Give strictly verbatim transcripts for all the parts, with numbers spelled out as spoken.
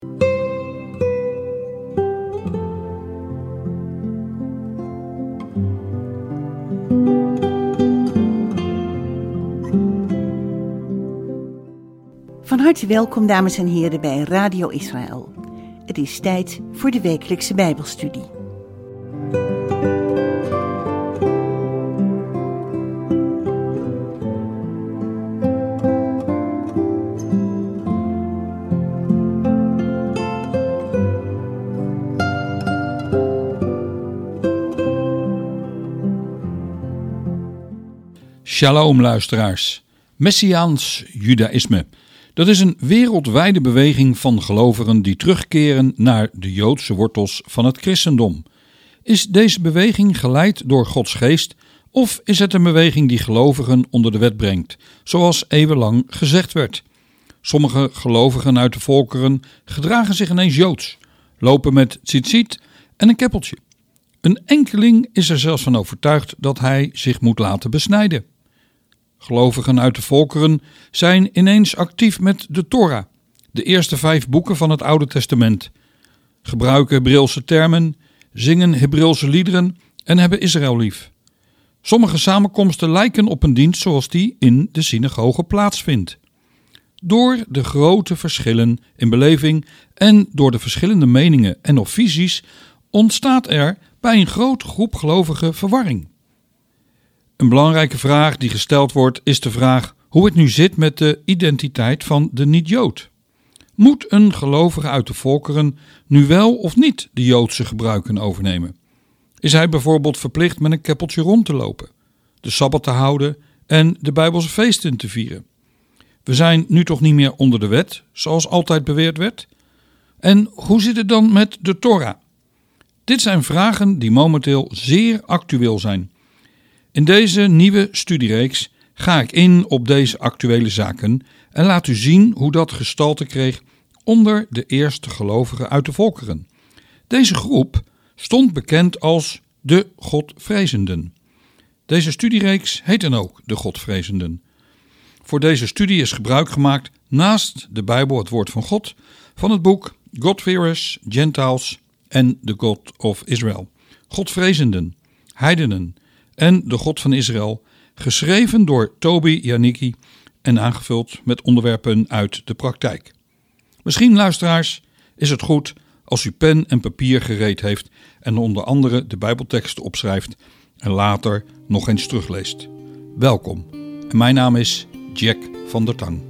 Van harte welkom, dames en heren, bij Radio Israël. Het is tijd voor de wekelijkse Bijbelstudie. Shalom luisteraars. Messiaans Judaïsme. Dat is een wereldwijde beweging van gelovigen die terugkeren naar de Joodse wortels van het christendom. Is deze beweging geleid door Gods geest of is het een beweging die gelovigen onder de wet brengt, zoals eeuwenlang gezegd werd? Sommige gelovigen uit de volkeren gedragen zich ineens Joods, lopen met tzitzit en een keppeltje. Een enkeling is er zelfs van overtuigd dat hij zich moet laten besnijden. Gelovigen uit de volkeren zijn ineens actief met de Torah, de eerste vijf boeken van het Oude Testament, gebruiken Hebreeuwse termen, zingen Hebreeuwse liederen en hebben Israël lief. Sommige samenkomsten lijken op een dienst zoals die in de synagoge plaatsvindt. Door de grote verschillen in beleving en door de verschillende meningen en of visies ontstaat er bij een grote groep gelovigen verwarring. Een belangrijke vraag die gesteld wordt is de vraag hoe het nu zit met de identiteit van de niet-Jood. Moet een gelovige uit de volkeren nu wel of niet de Joodse gebruiken overnemen? Is hij bijvoorbeeld verplicht met een keppeltje rond te lopen, de Sabbat te houden en de Bijbelse feesten te vieren? We zijn nu toch niet meer onder de wet, zoals altijd beweerd werd? En hoe zit het dan met de Torah? Dit zijn vragen die momenteel zeer actueel zijn. In deze nieuwe studiereeks ga ik in op deze actuele zaken en laat u zien hoe dat gestalte kreeg onder de eerste gelovigen uit de volkeren. Deze groep stond bekend als de Godvrezenden. Deze studiereeks heet dan ook de Godvrezenden. Voor deze studie is gebruik gemaakt naast de Bijbel, het woord van God, van het boek God-fearers, Gentiles en The God of Israel. Godvrezenden, heidenen en de God van Israël, geschreven door Toby Janicki en aangevuld met onderwerpen uit de praktijk. Misschien, luisteraars, is het goed als u pen en papier gereed heeft en onder andere de Bijbelteksten opschrijft en later nog eens terugleest. Welkom. En mijn naam is Jack van der Tang.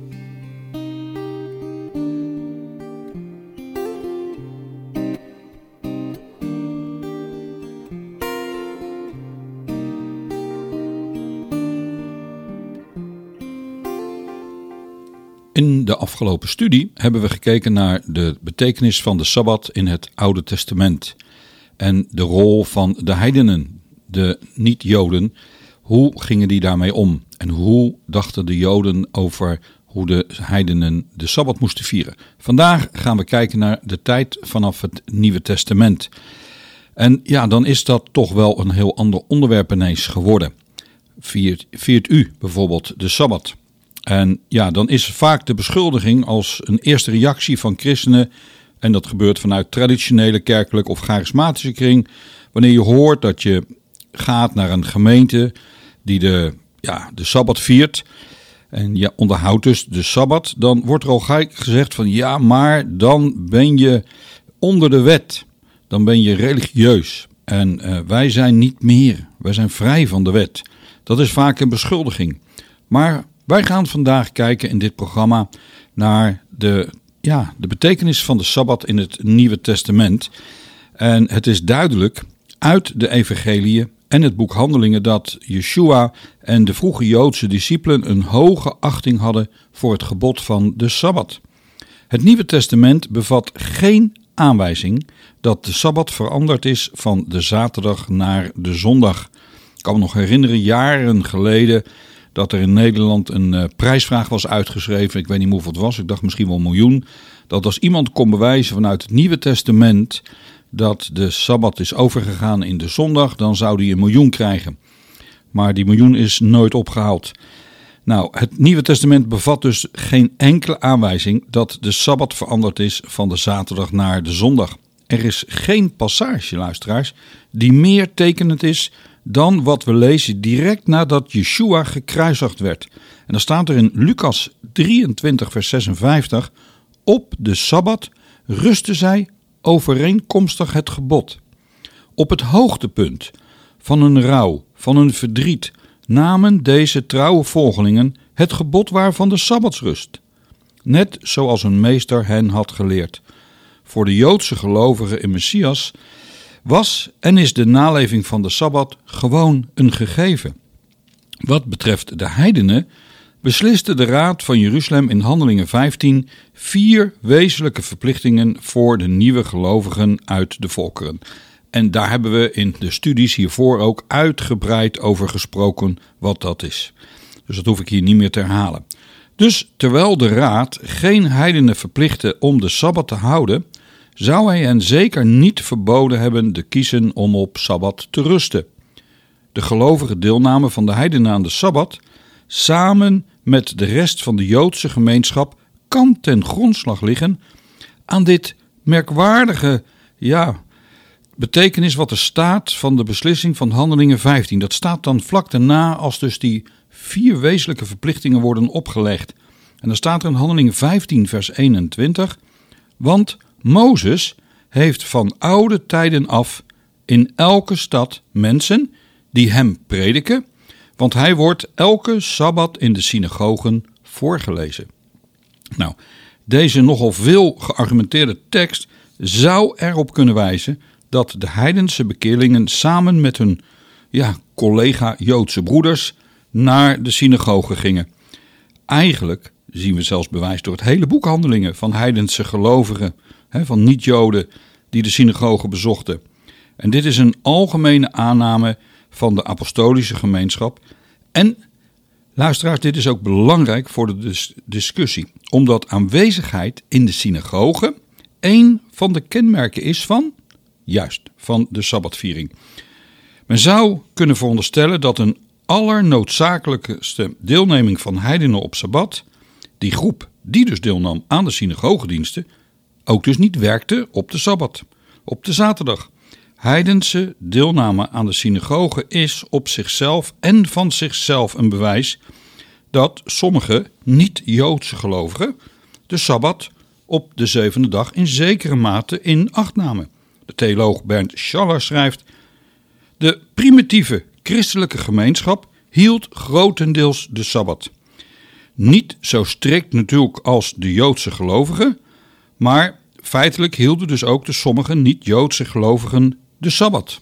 In de afgelopen studie hebben we gekeken naar de betekenis van de Sabbat in het Oude Testament en de rol van de heidenen, de niet-Joden. Hoe gingen die daarmee om en hoe dachten de Joden over hoe de heidenen de Sabbat moesten vieren? Vandaag gaan we kijken naar de tijd vanaf het Nieuwe Testament. En ja, dan is dat toch wel een heel ander onderwerp ineens geworden. Viert, viert u bijvoorbeeld de Sabbat? En ja, dan is vaak de beschuldiging als een eerste reactie van christenen, en dat gebeurt vanuit traditionele kerkelijke of charismatische kring, wanneer je hoort dat je gaat naar een gemeente die de, ja, de Sabbat viert en je onderhoudt dus de Sabbat, dan wordt er al gelijk gezegd van ja, maar dan ben je onder de wet, dan ben je religieus en uh, wij zijn niet meer, wij zijn vrij van de wet. Dat is vaak een beschuldiging. Maar wij gaan vandaag kijken in dit programma naar de, ja, de betekenis van de Sabbat in het Nieuwe Testament. En het is duidelijk uit de evangeliën en het boek Handelingen dat Yeshua en de vroege Joodse discipelen een hoge achting hadden voor het gebod van de Sabbat. Het Nieuwe Testament bevat geen aanwijzing dat de Sabbat veranderd is van de zaterdag naar de zondag. Ik kan me nog herinneren, jaren geleden, dat er in Nederland een uh, prijsvraag was uitgeschreven. Ik weet niet hoeveel het was, ik dacht misschien wel een miljoen. Dat als iemand kon bewijzen vanuit het Nieuwe Testament dat de Sabbat is overgegaan in de zondag, dan zou hij een miljoen krijgen. Maar die miljoen is nooit opgehaald. Nou, het Nieuwe Testament bevat dus geen enkele aanwijzing dat de Sabbat veranderd is van de zaterdag naar de zondag. Er is geen passage, luisteraars, die meer tekenend is dan wat we lezen direct nadat Yeshua gekruisigd werd. En dan staat er in Lucas drieëntwintig vers zesenvijftig: op de Sabbat rustten zij overeenkomstig het gebod. Op het hoogtepunt van hun rouw, van hun verdriet, namen deze trouwe volgelingen het gebod waar van de Sabbatsrust. Net zoals hun meester hen had geleerd. Voor de Joodse gelovigen in Messias was en is de naleving van de Sabbat gewoon een gegeven. Wat betreft de heidenen besliste de Raad van Jeruzalem in Handelingen vijftien vier wezenlijke verplichtingen voor de nieuwe gelovigen uit de volkeren. En daar hebben we in de studies hiervoor ook uitgebreid over gesproken wat dat is. Dus dat hoef ik hier niet meer te herhalen. Dus terwijl de Raad geen heidenen verplichtte om de Sabbat te houden, zou hij hen zeker niet verboden hebben te kiezen om op Sabbat te rusten. De gelovige deelname van de heidenen aan de Sabbat, samen met de rest van de Joodse gemeenschap, kan ten grondslag liggen aan dit merkwaardige, ja, betekenis wat er staat van de beslissing van Handelingen vijftien. Dat staat dan vlak daarna als dus die vier wezenlijke verplichtingen worden opgelegd. En dan staat er in Handelingen vijftien vers eenentwintig: want Mozes heeft van oude tijden af in elke stad mensen die hem prediken, want hij wordt elke Sabbat in de synagogen voorgelezen. Nou, deze nogal veel geargumenteerde tekst zou erop kunnen wijzen dat de heidense bekeerlingen samen met hun ja, collega Joodse broeders naar de synagoge gingen. Eigenlijk zien we zelfs bewijs door het hele boek Handelingen van heidense gelovigen, hè, van niet-Joden die de synagoge bezochten. En dit is een algemene aanname van de apostolische gemeenschap. En luisteraars, dit is ook belangrijk voor de dis- discussie, omdat aanwezigheid in de synagoge één van de kenmerken is van, juist, van de Sabbatviering. Men zou kunnen veronderstellen dat een allernoodzakelijkste deelneming van heidenen op Sabbat, die groep die dus deelnam aan de synagogediensten, ook dus niet werkte op de Sabbat, op de zaterdag. Heidense deelname aan de synagoge is op zichzelf en van zichzelf een bewijs dat sommige niet-Joodse gelovigen de Sabbat op de zevende dag in zekere mate in acht namen. De theoloog Bernd Schaller schrijft: de primitieve christelijke gemeenschap hield grotendeels de Sabbat. Niet zo strikt natuurlijk als de Joodse gelovigen, maar feitelijk hielden dus ook de sommige niet-Joodse gelovigen de Sabbat.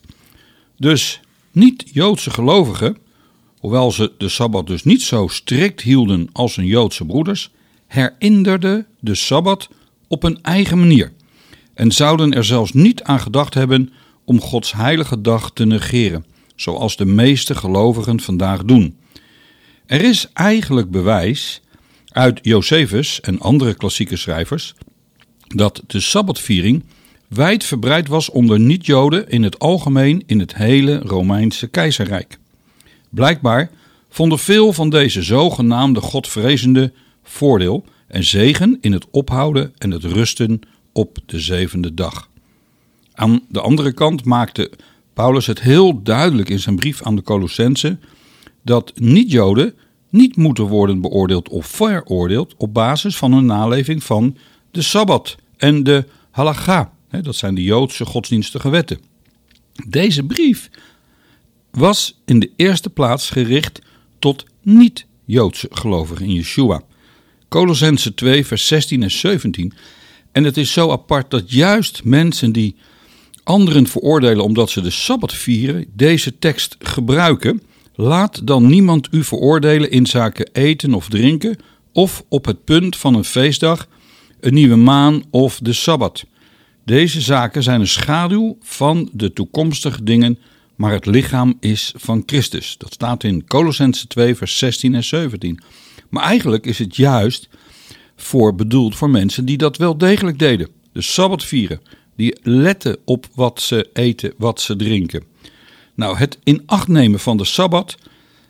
Dus niet-Joodse gelovigen, hoewel ze de Sabbat dus niet zo strikt hielden als hun Joodse broeders, herinnerden de Sabbat op een eigen manier en zouden er zelfs niet aan gedacht hebben om Gods heilige dag te negeren, zoals de meeste gelovigen vandaag doen. Er is eigenlijk bewijs uit Josephus en andere klassieke schrijvers dat de Sabbatviering wijdverbreid was onder niet-Joden in het algemeen in het hele Romeinse keizerrijk. Blijkbaar vonden veel van deze zogenaamde godvrezende voordeel en zegen in het ophouden en het rusten op de zevende dag. Aan de andere kant maakte Paulus het heel duidelijk in zijn brief aan de Colossenzen dat niet-Joden niet moeten worden beoordeeld of veroordeeld op basis van hun naleving van de Sabbat en de halacha. Dat zijn de Joodse godsdienstige wetten. Deze brief was in de eerste plaats gericht tot niet-Joodse gelovigen in Yeshua. Colossenzen twee vers zestien en zeventien. En het is zo apart dat juist mensen die anderen veroordelen omdat ze de Sabbat vieren, deze tekst gebruiken. Laat dan niemand u veroordelen in zaken eten of drinken of op het punt van een feestdag, een nieuwe maan of de Sabbat. Deze zaken zijn een schaduw van de toekomstige dingen, maar het lichaam is van Christus. Dat staat in Colossenzen twee vers zestien en zeventien. Maar eigenlijk is het juist voor bedoeld voor mensen die dat wel degelijk deden. De Sabbat vieren, die letten op wat ze eten, wat ze drinken. Nou, het in acht nemen van de Sabbat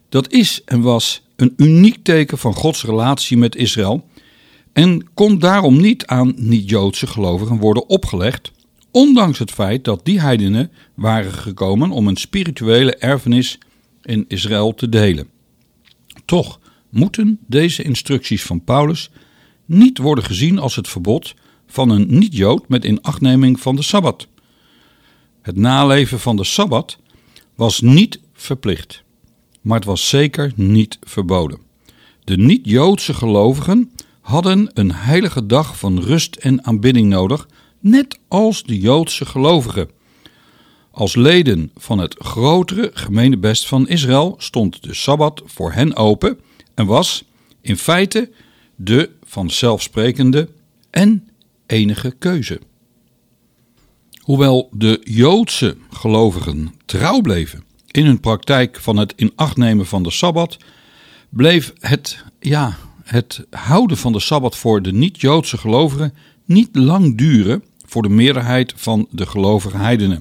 Dat is en was een uniek teken van Gods relatie met Israël en kon daarom niet aan niet-Joodse gelovigen worden opgelegd, ondanks het feit dat die heidenen waren gekomen om een spirituele erfenis in Israël te delen. Toch moeten deze instructies van Paulus niet worden gezien als het verbod van een niet-Jood met inachtneming van de Sabbat. Het naleven van de Sabbat was niet verplicht, maar het was zeker niet verboden. De niet-Joodse gelovigen hadden een heilige dag van rust en aanbidding nodig, net als de Joodse gelovigen. Als leden van het grotere gemeenebest van Israël stond de Sabbat voor hen open en was in feite de vanzelfsprekende en enige keuze. Hoewel de Joodse gelovigen trouw bleven in hun praktijk van het inachtnemen van de Sabbat, bleef het, ja, het houden van de Sabbat voor de niet-Joodse gelovigen niet lang duren voor de meerderheid van de gelovige heidenen.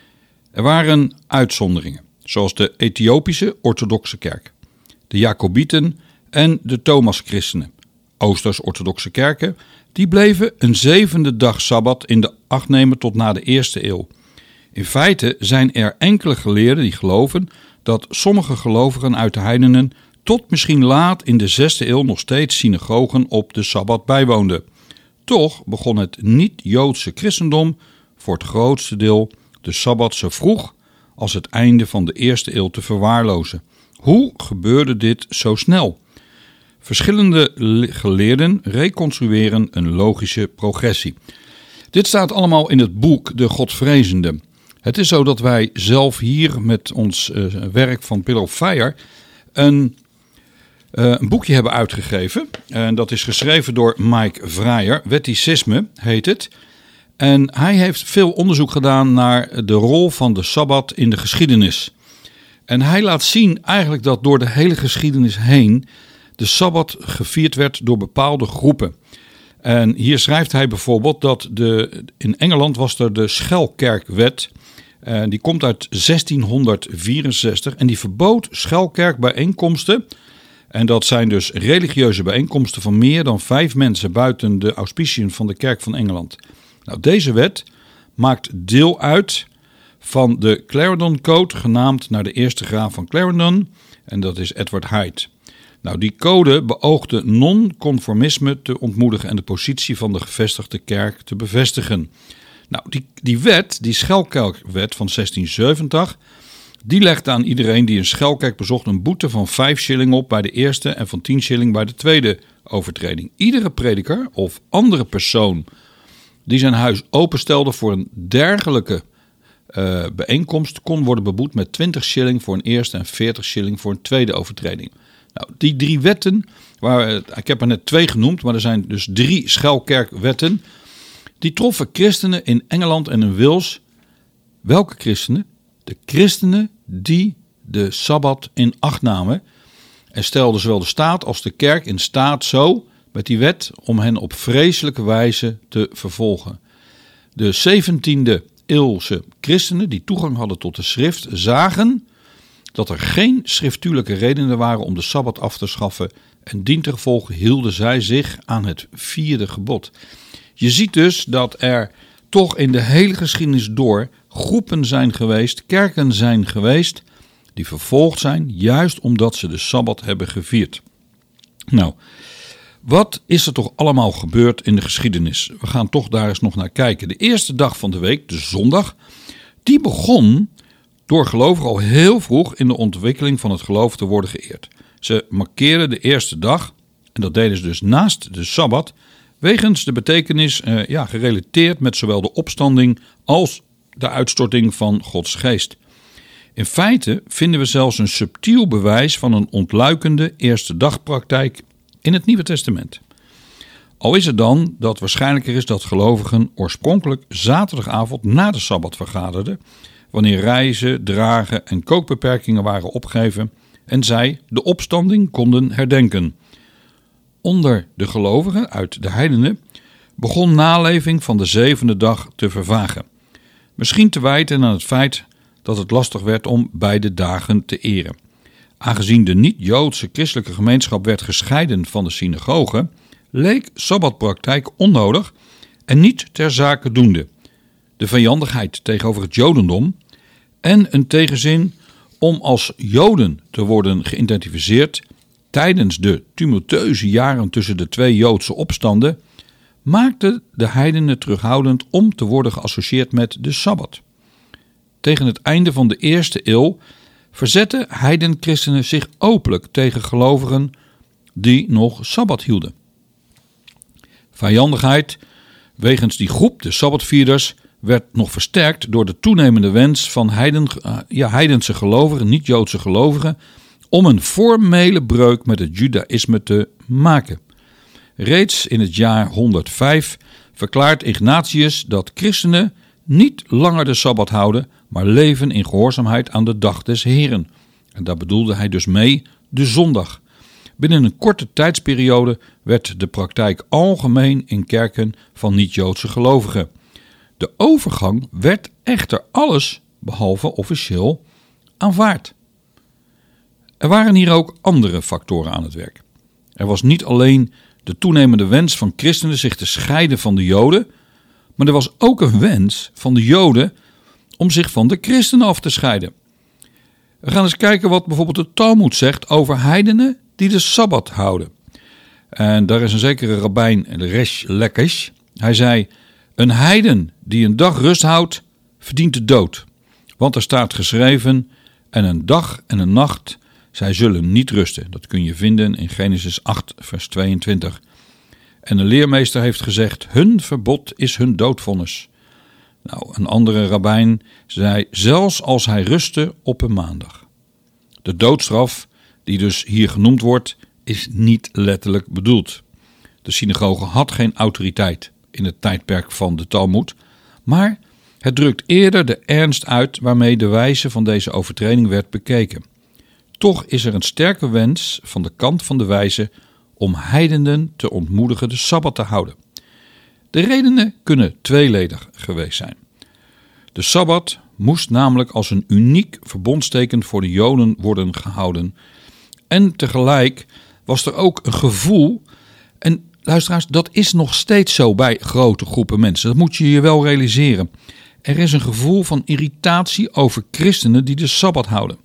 Er waren uitzonderingen, zoals de Ethiopische orthodoxe kerk, de Jacobieten en de Thomas-christenen. Oosters-orthodoxe kerken, die bleven een zevende dag Sabbat in de acht nemen tot na de eerste eeuw. In feite zijn er enkele geleerden die geloven dat sommige gelovigen uit de heidenen tot misschien laat in de zesde eeuw nog steeds synagogen op de Sabbat bijwoonden. Toch begon het niet-Joodse christendom voor het grootste deel de Sabbat zo vroeg als het einde van de eerste eeuw te verwaarlozen. Hoe gebeurde dit zo snel? Verschillende geleerden reconstrueren een logische progressie. Dit staat allemaal in het boek De Godvrezende. Het is zo dat wij zelf hier met ons uh, werk van Pillar of Fire een, uh, een boekje hebben uitgegeven. En dat is geschreven door Mike Vrijer. Wetticisme heet het. En hij heeft veel onderzoek gedaan naar de rol van de Sabbat in de geschiedenis. En hij laat zien eigenlijk dat door de hele geschiedenis heen de Sabbat gevierd werd door bepaalde groepen. En hier schrijft hij bijvoorbeeld dat de, in Engeland was er de Schelkerkwet. En die komt uit zestienhonderdvierenzestig en die verbood schelkerkbijeenkomsten. En dat zijn dus religieuze bijeenkomsten van meer dan vijf mensen buiten de auspiciën van de kerk van Engeland. Nou, deze wet maakt deel uit van de Clarendon Code, genaamd naar de eerste graaf van Clarendon. En dat is Edward Hyde. Nou, die code beoogde non-conformisme te ontmoedigen en de positie van de gevestigde kerk te bevestigen. Nou, die, die wet, die Schelkerkwet van zestienzeventig, die legde aan iedereen die een schelkerk bezocht een boete van vijf shilling op bij de eerste en van tien shilling bij de tweede overtreding. Iedere prediker of andere persoon die zijn huis openstelde voor een dergelijke uh, bijeenkomst kon worden beboet met twintig shilling voor een eerste en veertig shilling voor een tweede overtreding. Nou, die drie wetten, waar, ik heb er net twee genoemd, maar er zijn dus drie schelkerkwetten, die troffen christenen in Engeland en in Wales. Welke christenen? De christenen die de Sabbat in acht namen en stelden zowel de staat als de kerk in staat zo met die wet om hen op vreselijke wijze te vervolgen. De zeventiende eeuwse christenen die toegang hadden tot de schrift zagen dat er geen schriftuurlijke redenen waren om de Sabbat af te schaffen en dientengevolge hielden zij zich aan het vierde gebod. Je ziet dus dat er toch in de hele geschiedenis door groepen zijn geweest, kerken zijn geweest, die vervolgd zijn juist omdat ze de Sabbat hebben gevierd. Nou, wat is er toch allemaal gebeurd in de geschiedenis? We gaan toch daar eens nog naar kijken. De eerste dag van de week, de zondag, die begon door gelovigen al heel vroeg in de ontwikkeling van het geloof te worden geëerd. Ze markeerden de eerste dag, en dat deden ze dus naast de Sabbat, wegens de betekenis eh, ja, gerelateerd met zowel de opstanding als de uitstorting van Gods geest. In feite vinden we zelfs een subtiel bewijs van een ontluikende eerste dagpraktijk in het Nieuwe Testament. Al is het dan dat waarschijnlijker is dat gelovigen oorspronkelijk zaterdagavond na de Sabbat vergaderden, wanneer reizen, dragen en kookbeperkingen waren opgeheven en zij de opstanding konden herdenken. Onder de gelovigen uit de heidenen begon naleving van de zevende dag te vervagen. Misschien te wijten aan het feit dat het lastig werd om beide dagen te eren. Aangezien de niet-Joodse christelijke gemeenschap werd gescheiden van de synagoge, leek sabbatpraktijk onnodig en niet ter zake doende. De vijandigheid tegenover het Jodendom en een tegenzin om als Joden te worden geïdentificeerd tijdens de tumultueuze jaren tussen de twee Joodse opstanden maakte de heidenen terughoudend om te worden geassocieerd met de Sabbat. Tegen het einde van de eerste eeuw verzetten heidenchristenen zich openlijk tegen gelovigen die nog Sabbat hielden. Vijandigheid wegens die groep, de Sabbatvierders, werd nog versterkt door de toenemende wens van heiden, ja, heidense gelovigen, niet-Joodse gelovigen, om een formele breuk met het judaïsme te maken. Reeds in het jaar honderdvijf verklaart Ignatius dat christenen niet langer de Sabbat houden, maar leven in gehoorzaamheid aan de dag des Heren. En daar bedoelde hij dus mee de zondag. Binnen een korte tijdsperiode werd de praktijk algemeen in kerken van niet-Joodse gelovigen. De overgang werd echter alles behalve officieel aanvaard. Er waren hier ook andere factoren aan het werk. Er was niet alleen de toenemende wens van christenen zich te scheiden van de Joden, maar er was ook een wens van de Joden om zich van de christenen af te scheiden. We gaan eens kijken wat bijvoorbeeld de Talmud zegt over heidenen die de Sabbat houden. En daar is een zekere rabbijn, Resh Lakish. Hij zei: een heiden die een dag rust houdt, verdient de dood. Want er staat geschreven: en een dag en een nacht, zij zullen niet rusten. Dat kun je vinden in Genesis acht, vers tweeëntwintig. En de leermeester heeft gezegd: hun verbod is hun doodvonnis. Nou, een andere rabbijn zei: zelfs als hij rustte op een maandag. De doodstraf, die dus hier genoemd wordt, is niet letterlijk bedoeld. De synagoge had geen autoriteit in het tijdperk van de Talmud, maar het drukt eerder de ernst uit waarmee de wijze van deze overtreding werd bekeken. Toch is er een sterke wens van de kant van de wijze om heidenen te ontmoedigen de Sabbat te houden. De redenen kunnen tweeledig geweest zijn. De Sabbat moest namelijk als een uniek verbondsteken voor de Joden worden gehouden. En tegelijk was er ook een gevoel, en luisteraars, dat is nog steeds zo bij grote groepen mensen. Dat moet je je wel realiseren. Er is een gevoel van irritatie over christenen die de Sabbat houden.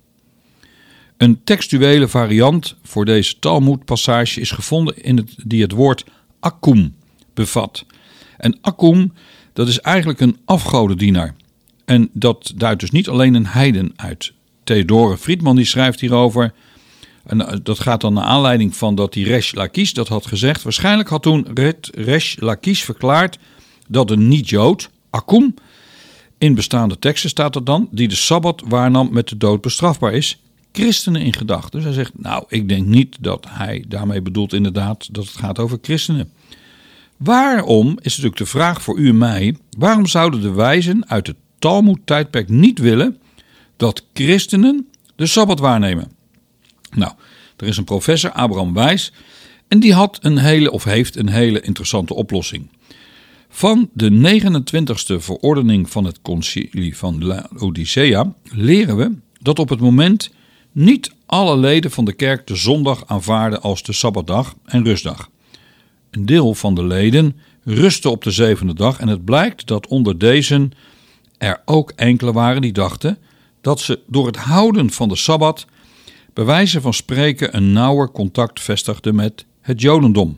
Een textuele variant voor deze Talmud-passage is gevonden in het, die het woord akkum bevat. En akkum, dat is eigenlijk een afgodendienaar. En dat duidt dus niet alleen een heiden uit. Theodore Friedman die schrijft hierover. En dat gaat dan naar aanleiding van dat die Resh Lakish dat had gezegd. Waarschijnlijk had toen Resh Lakish verklaard dat een niet-Jood, akkum, in bestaande teksten staat er dan, die de Sabbat waarnam met de dood bestrafbaar is, christenen in gedachten. Dus hij zegt, nou, ik denk niet dat hij daarmee bedoelt inderdaad dat het gaat over christenen. Waarom, is natuurlijk de vraag voor u en mij, waarom zouden de wijzen uit het Talmud-tijdperk niet willen dat christenen de Sabbat waarnemen? Nou, er is een professor, Abraham Wijs, en die had een hele, of heeft een hele interessante oplossing. Van de negenentwintigste verordening van het concilie van Laodicea leren we dat op het moment niet alle leden van de kerk de zondag aanvaarden als de Sabbatdag en rustdag. Een deel van de leden rustte op de zevende dag en het blijkt dat onder deze er ook enkele waren die dachten dat ze door het houden van de Sabbat bij wijze van spreken een nauwer contact vestigden met het Jodendom.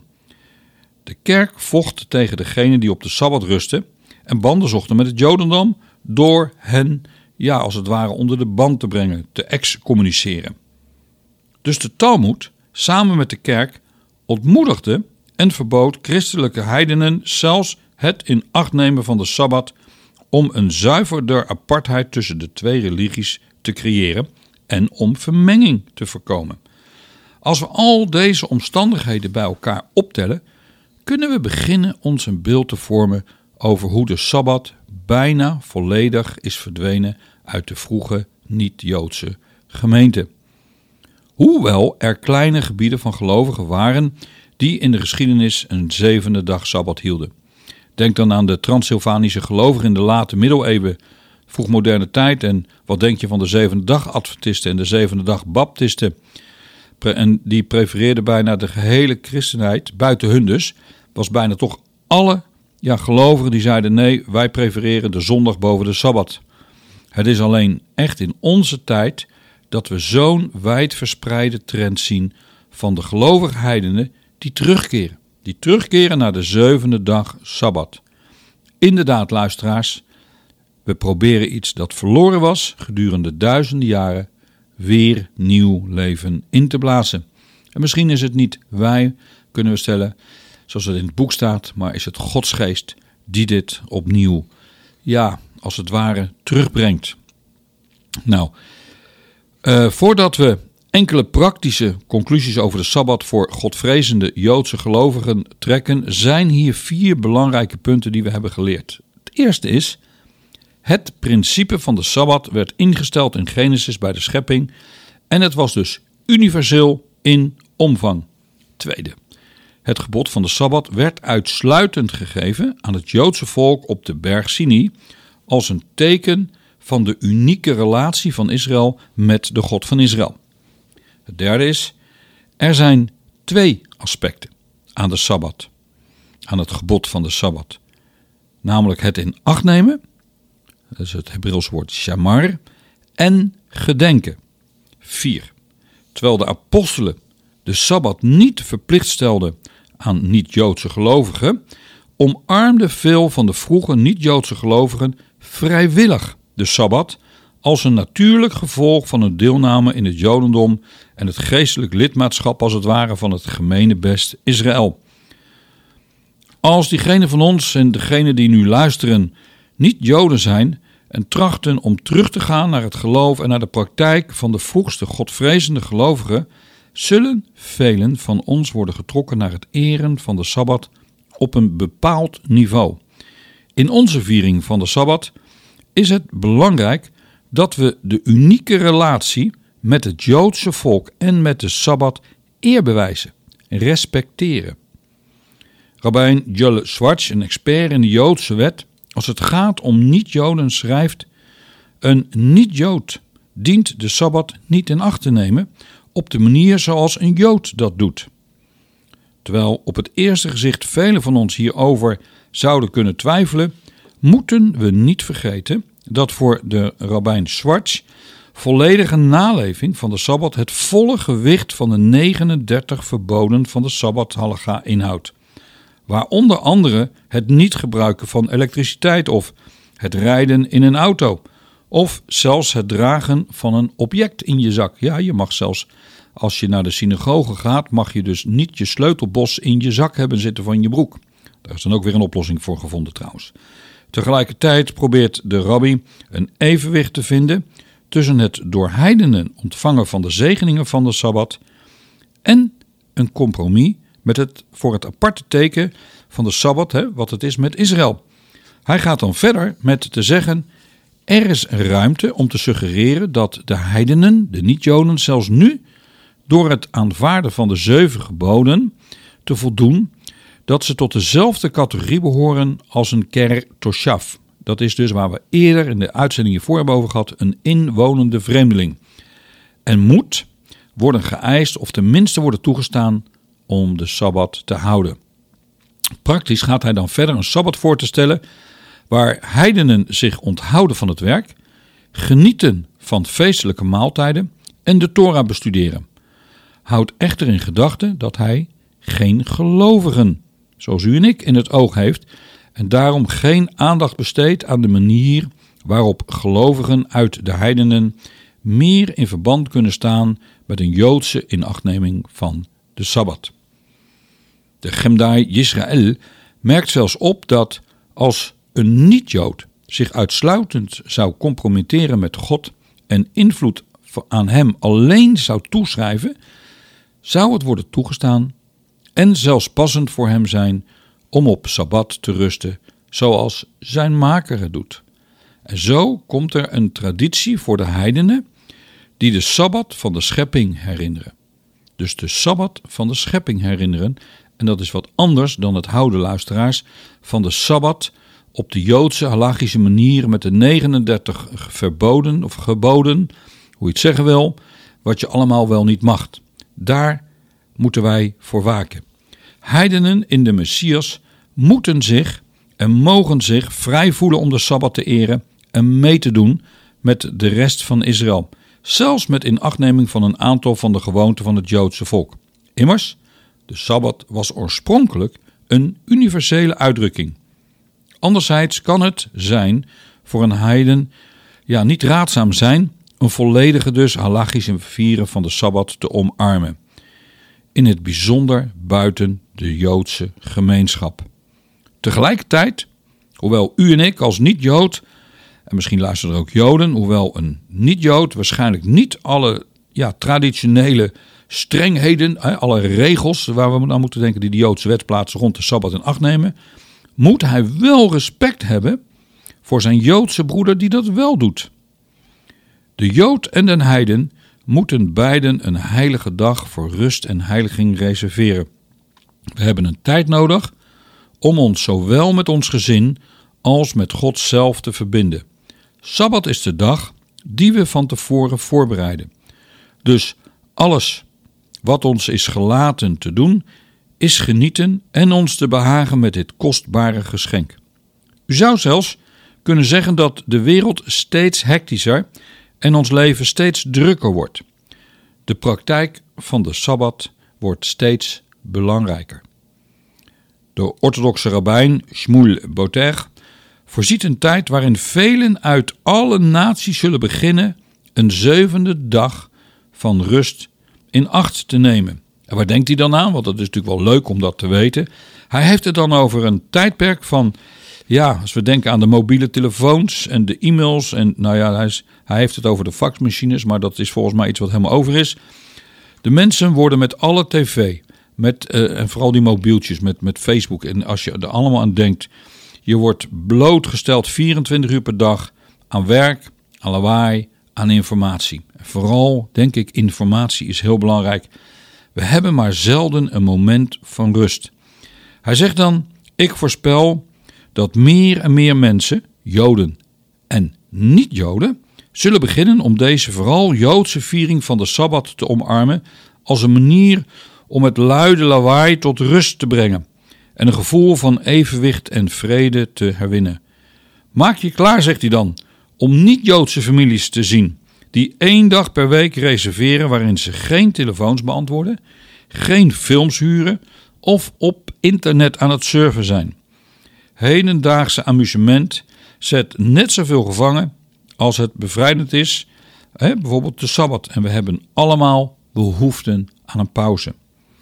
De kerk vocht tegen degenen die op de Sabbat rusten en banden zochten met het Jodendom door hen, ja, als het ware onder de band te brengen, te excommuniceren. Dus de Talmud, samen met de kerk, ontmoedigde en verbood christelijke heidenen zelfs het in acht nemen van de Sabbat om een zuiverder apartheid tussen de twee religies te creëren en om vermenging te voorkomen. Als we al deze omstandigheden bij elkaar optellen, kunnen we beginnen ons een beeld te vormen over hoe de Sabbat bijna volledig is verdwenen uit de vroege niet-Joodse gemeente. Hoewel er kleine gebieden van gelovigen waren die in de geschiedenis een zevende dag Sabbat hielden. Denk dan aan de Transylvanische gelovigen in de late middeleeuwen vroegmoderne tijd. En wat denk je van de zevende dag Adventisten en de zevende dag Baptisten? En die prefereerden bijna de gehele christenheid, buiten hun dus, was bijna toch alle ja, gelovigen die zeiden nee, wij prefereren de zondag boven de Sabbat. Het is alleen echt in onze tijd dat we zo'n wijdverspreide trend zien van de gelovige heidenen die terugkeren. Die terugkeren naar de zevende dag Sabbat. Inderdaad, luisteraars, we proberen iets dat verloren was gedurende duizenden jaren weer nieuw leven in te blazen. En misschien is het niet wij, kunnen we stellen, zoals het in het boek staat, maar is het Gods geest die dit opnieuw, ja, als het ware terugbrengt. Nou, uh, voordat we enkele praktische conclusies over de Sabbat voor godvrezende Joodse gelovigen trekken, zijn hier vier belangrijke punten die we hebben geleerd. Het eerste is, het principe van de Sabbat werd ingesteld in Genesis bij de schepping en het was dus universeel in omvang. Tweede, het gebod van de Sabbat werd uitsluitend gegeven aan het Joodse volk op de berg Sinai als een teken van de unieke relatie van Israël met de God van Israël. Het derde is, er zijn twee aspecten aan de Sabbat, aan het gebod van de Sabbat. Namelijk het in acht nemen, dat is het Hebreeuws woord shamar, en gedenken. Vier, terwijl de apostelen de Sabbat niet verplicht stelden aan niet-Joodse gelovigen, omarmden veel van de vroege niet-Joodse gelovigen vrijwillig de Sabbat als een natuurlijk gevolg van hun deelname in het Jodendom en het geestelijk lidmaatschap als het ware van het gemeenebest Israël. Als diegenen van ons en degenen die nu luisteren niet Joden zijn en trachten om terug te gaan naar het geloof en naar de praktijk van de vroegste godvrezende gelovigen, zullen velen van ons worden getrokken naar het eren van de Sabbat op een bepaald niveau. In onze viering van de Sabbat is het belangrijk dat we de unieke relatie met het Joodse volk en met de Sabbat eer bewijzen, respecteren. Rabbijn Joel Schwartz, een expert in de Joodse wet, als het gaat om niet-Joden, schrijft: een niet-Jood dient de Sabbat niet in acht te nemen op de manier zoals een Jood dat doet. Terwijl op het eerste gezicht velen van ons hierover zouden kunnen twijfelen, moeten we niet vergeten dat voor de Rabbijn Schwartz volledige naleving van de Sabbat het volle gewicht van de negenendertig verboden van de Sabbat halacha inhoudt. Waar onder andere het niet gebruiken van elektriciteit of het rijden in een auto of zelfs het dragen van een object in je zak. Ja, je mag zelfs, als je naar de synagoge gaat, mag je dus niet je sleutelbos in je zak hebben zitten van je broek. Daar is dan ook weer een oplossing voor gevonden trouwens. Tegelijkertijd probeert de rabbi een evenwicht te vinden tussen het door heidenen ontvangen van de zegeningen van de Sabbat en een compromis met het voor het aparte teken van de Sabbat, hè, wat het is met Israël. Hij gaat dan verder met te zeggen: er is ruimte om te suggereren dat de heidenen, de niet-Joden, zelfs nu door het aanvaarden van de zeven geboden te voldoen, dat ze tot dezelfde categorie behoren als een ker toshav. Dat is dus waar we eerder in de uitzending hiervoor hebben over gehad, een inwonende vreemdeling. En moet worden geëist of tenminste worden toegestaan om de Sabbat te houden. Praktisch gaat hij dan verder een Sabbat voor te stellen waar heidenen zich onthouden van het werk, genieten van feestelijke maaltijden en de Torah bestuderen. Houd echter in gedachten dat hij geen gelovigen, zoals u en ik, in het oog heeft en daarom geen aandacht besteedt aan de manier waarop gelovigen uit de heidenen meer in verband kunnen staan met een Joodse inachtneming van de Sabbat. De Chemdai Yisrael merkt zelfs op dat als een niet-Jood zich uitsluitend zou compromitteren met God en invloed aan hem alleen zou toeschrijven, zou het worden toegestaan en zelfs passend voor hem zijn om op Sabbat te rusten, zoals zijn maker het doet. En zo komt er een traditie voor de heidenen die de Sabbat van de schepping herinneren. Dus de Sabbat van de schepping herinneren. En dat is wat anders dan het houden, luisteraars, van de Sabbat op de Joodse halachische manier met de negenendertig verboden of geboden, hoe je het zeggen wil, wat je allemaal wel niet mag. Daar moeten wij voor waken. Heidenen in de Messias moeten zich en mogen zich vrij voelen om de Sabbat te eren en mee te doen met de rest van Israël. Zelfs met inachtneming van een aantal van de gewoonten van het Joodse volk. Immers, de Sabbat was oorspronkelijk een universele uitdrukking. Anderzijds kan het zijn voor een heiden ja, niet raadzaam zijn een volledige dus halachische vieren van de Sabbat te omarmen. In het bijzonder buiten de Joodse gemeenschap. Tegelijkertijd, hoewel u en ik als niet-Jood, en misschien luisteren er ook Joden, hoewel een niet-Jood waarschijnlijk niet alle ja, traditionele strengheden, alle regels waar we aan moeten denken die de Joodse wet plaatsen rond de Sabbat in acht nemen, moet hij wel respect hebben voor zijn Joodse broeder die dat wel doet. De Jood en de heiden moeten beiden een heilige dag voor rust en heiliging reserveren. We hebben een tijd nodig om ons zowel met ons gezin als met God zelf te verbinden. Sabbat is de dag die we van tevoren voorbereiden. Dus alles wat ons is gelaten te doen, is genieten en ons te behagen met dit kostbare geschenk. U zou zelfs kunnen zeggen dat de wereld steeds hectischer en ons leven steeds drukker wordt. De praktijk van de Sabbat wordt steeds belangrijker. De orthodoxe rabbijn Shmuel Boter voorziet een tijd waarin velen uit alle naties zullen beginnen een zevende dag van rust in acht te nemen. En waar denkt hij dan aan? Want dat is natuurlijk wel leuk om dat te weten. Hij heeft het dan over een tijdperk van, ja, als we denken aan de mobiele telefoons en de e-mails. En nou ja, hij, is, hij heeft het over de faxmachines, maar dat is volgens mij iets wat helemaal over is. De mensen worden met alle tv, met, uh, en vooral die mobieltjes, met, met Facebook. En als je er allemaal aan denkt, je wordt blootgesteld vierentwintig uur per dag aan werk, aan lawaai, aan informatie. En vooral, denk ik, informatie is heel belangrijk. We hebben maar zelden een moment van rust. Hij zegt dan, ik voorspel dat meer en meer mensen, Joden en niet-Joden, zullen beginnen om deze vooral Joodse viering van de Sabbat te omarmen als een manier om het luide lawaai tot rust te brengen en een gevoel van evenwicht en vrede te herwinnen. Maak je klaar, zegt hij dan, om niet-Joodse families te zien die één dag per week reserveren waarin ze geen telefoons beantwoorden, geen films huren of op internet aan het surfen zijn. Hedendaagse amusement zet net zoveel gevangen als het bevrijdend is, hè, bijvoorbeeld de Sabbat. En we hebben allemaal behoeften aan een pauze.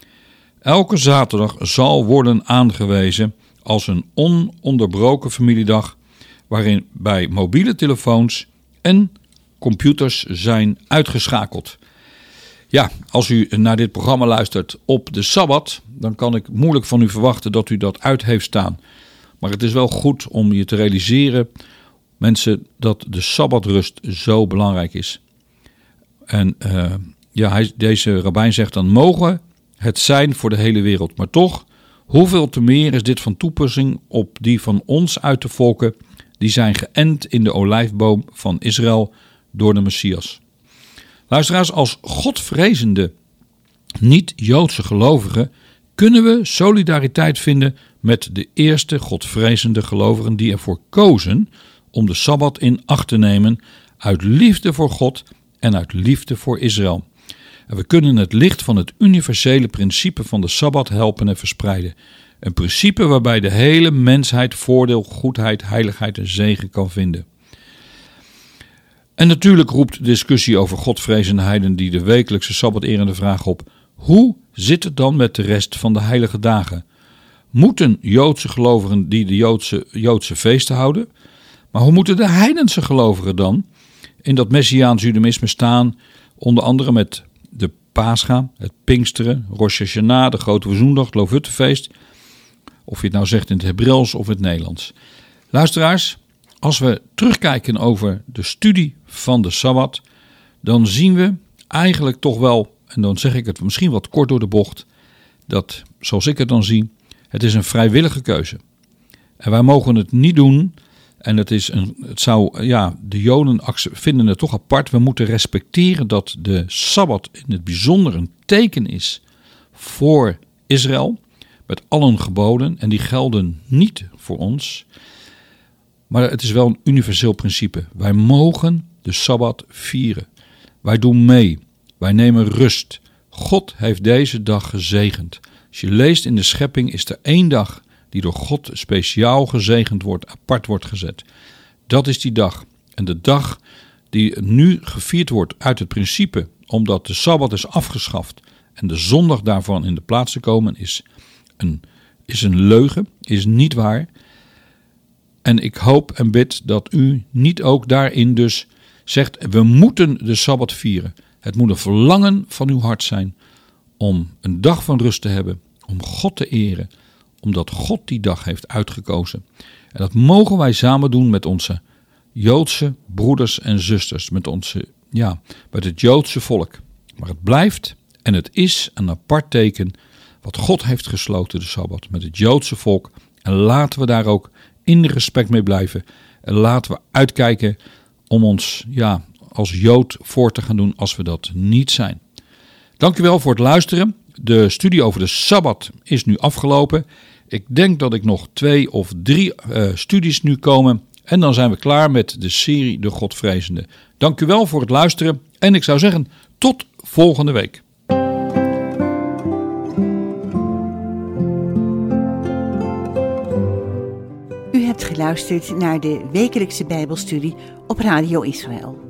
Elke zaterdag zal worden aangewezen als een ononderbroken familiedag waarin bij mobiele telefoons en computers zijn uitgeschakeld. Ja, als u naar dit programma luistert op de Sabbat, dan kan ik moeilijk van u verwachten dat u dat uit heeft staan. Maar het is wel goed om je te realiseren, mensen, dat de Sabbatrust zo belangrijk is. En uh, ja, hij, deze rabbijn zegt dan, mogen het zijn voor de hele wereld. Maar toch, hoeveel te meer is dit van toepassing op die van ons uit de volken, die zijn geënt in de olijfboom van Israël door de Messias. Luisteraars, als godvrezende niet-Joodse gelovigen kunnen we solidariteit vinden met de eerste godvrezende gelovigen die ervoor kozen om de Sabbat in acht te nemen uit liefde voor God en uit liefde voor Israël. En we kunnen het licht van het universele principe van de Sabbat helpen en verspreiden. Een principe waarbij de hele mensheid voordeel, goedheid, heiligheid en zegen kan vinden. En natuurlijk roept de discussie over godvrezende heiden die de wekelijkse Sabbat erende vraag op: hoe zit het dan met de rest van de heilige dagen? Moeten Joodse gelovigen die de Joodse, Joodse feesten houden? Maar hoe moeten de heidense gelovigen dan in dat Messiaans judaïsme staan, onder andere met de Pascha, het Pinksteren, Rosh Hashanah, de Grote Verzoendag, het Loofhuttenfeest, of je het nou zegt in het Hebreeuws of het Nederlands. Luisteraars, als we terugkijken over de studie van de Sabbat, dan zien we eigenlijk toch wel, en dan zeg ik het misschien wat kort door de bocht, dat, zoals ik het dan zie, het is een vrijwillige keuze. En wij mogen het niet doen. En het, is een, het zou, ja, de Joden vinden het toch apart. We moeten respecteren dat de Sabbat in het bijzonder een teken is voor Israël. Met allen geboden. En die gelden niet voor ons. Maar het is wel een universeel principe. Wij mogen de Sabbat vieren. Wij doen mee. Wij nemen rust. God heeft deze dag gezegend. Als je leest in de schepping is er één dag die door God speciaal gezegend wordt, apart wordt gezet. Dat is die dag. En de dag die nu gevierd wordt uit het principe, omdat de Sabbat is afgeschaft en de zondag daarvan in de plaats te komen, is een, is een leugen, is niet waar. En ik hoop en bid dat u niet ook daarin dus zegt, we moeten de Sabbat vieren. Het moet een verlangen van uw hart zijn om een dag van rust te hebben, om God te eren, omdat God die dag heeft uitgekozen. En dat mogen wij samen doen met onze Joodse broeders en zusters, met, onze, ja, met het Joodse volk. Maar het blijft en het is een apart teken wat God heeft gesloten, de Sabbat, met het Joodse volk. En laten we daar ook in respect mee blijven. En laten we uitkijken om ons ja, als Jood voor te gaan doen als we dat niet zijn. Dank u wel voor het luisteren. De studie over de Sabbat is nu afgelopen. Ik denk dat ik nog twee of drie uh, studies nu komen. En dan zijn we klaar met de serie De Godvrezende. Dank u wel voor het luisteren. En ik zou zeggen, tot volgende week. U hebt geluisterd naar de wekelijkse Bijbelstudie op Radio Israël.